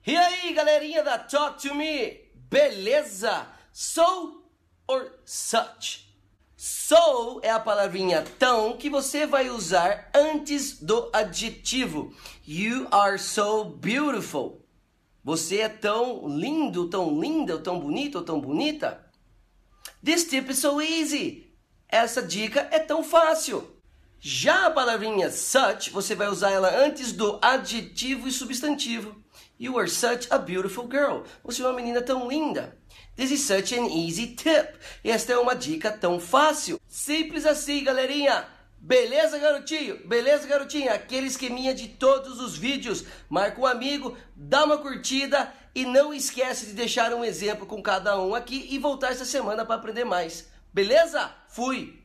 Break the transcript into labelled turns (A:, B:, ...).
A: E aí, galerinha da Talk to Me, beleza? So or such? So é a palavrinha tão que você vai usar antes do adjetivo. You are so beautiful. Você é tão lindo, tão linda, tão bonito ou tão bonita. This tip is so easy. Essa dica é tão fácil. Já a palavrinha such, você vai usar ela antes do adjetivo e substantivo. You are such a beautiful girl. Você é uma menina tão linda. This is such an easy tip. Esta é uma dica tão fácil. Simples assim, galerinha. Beleza, garotinho? Beleza, garotinha? Aquele esqueminha de todos os vídeos. Marca um amigo, dá uma curtida e não esquece de deixar um exemplo com cada um aqui e voltar essa semana para aprender mais. Beleza? Fui!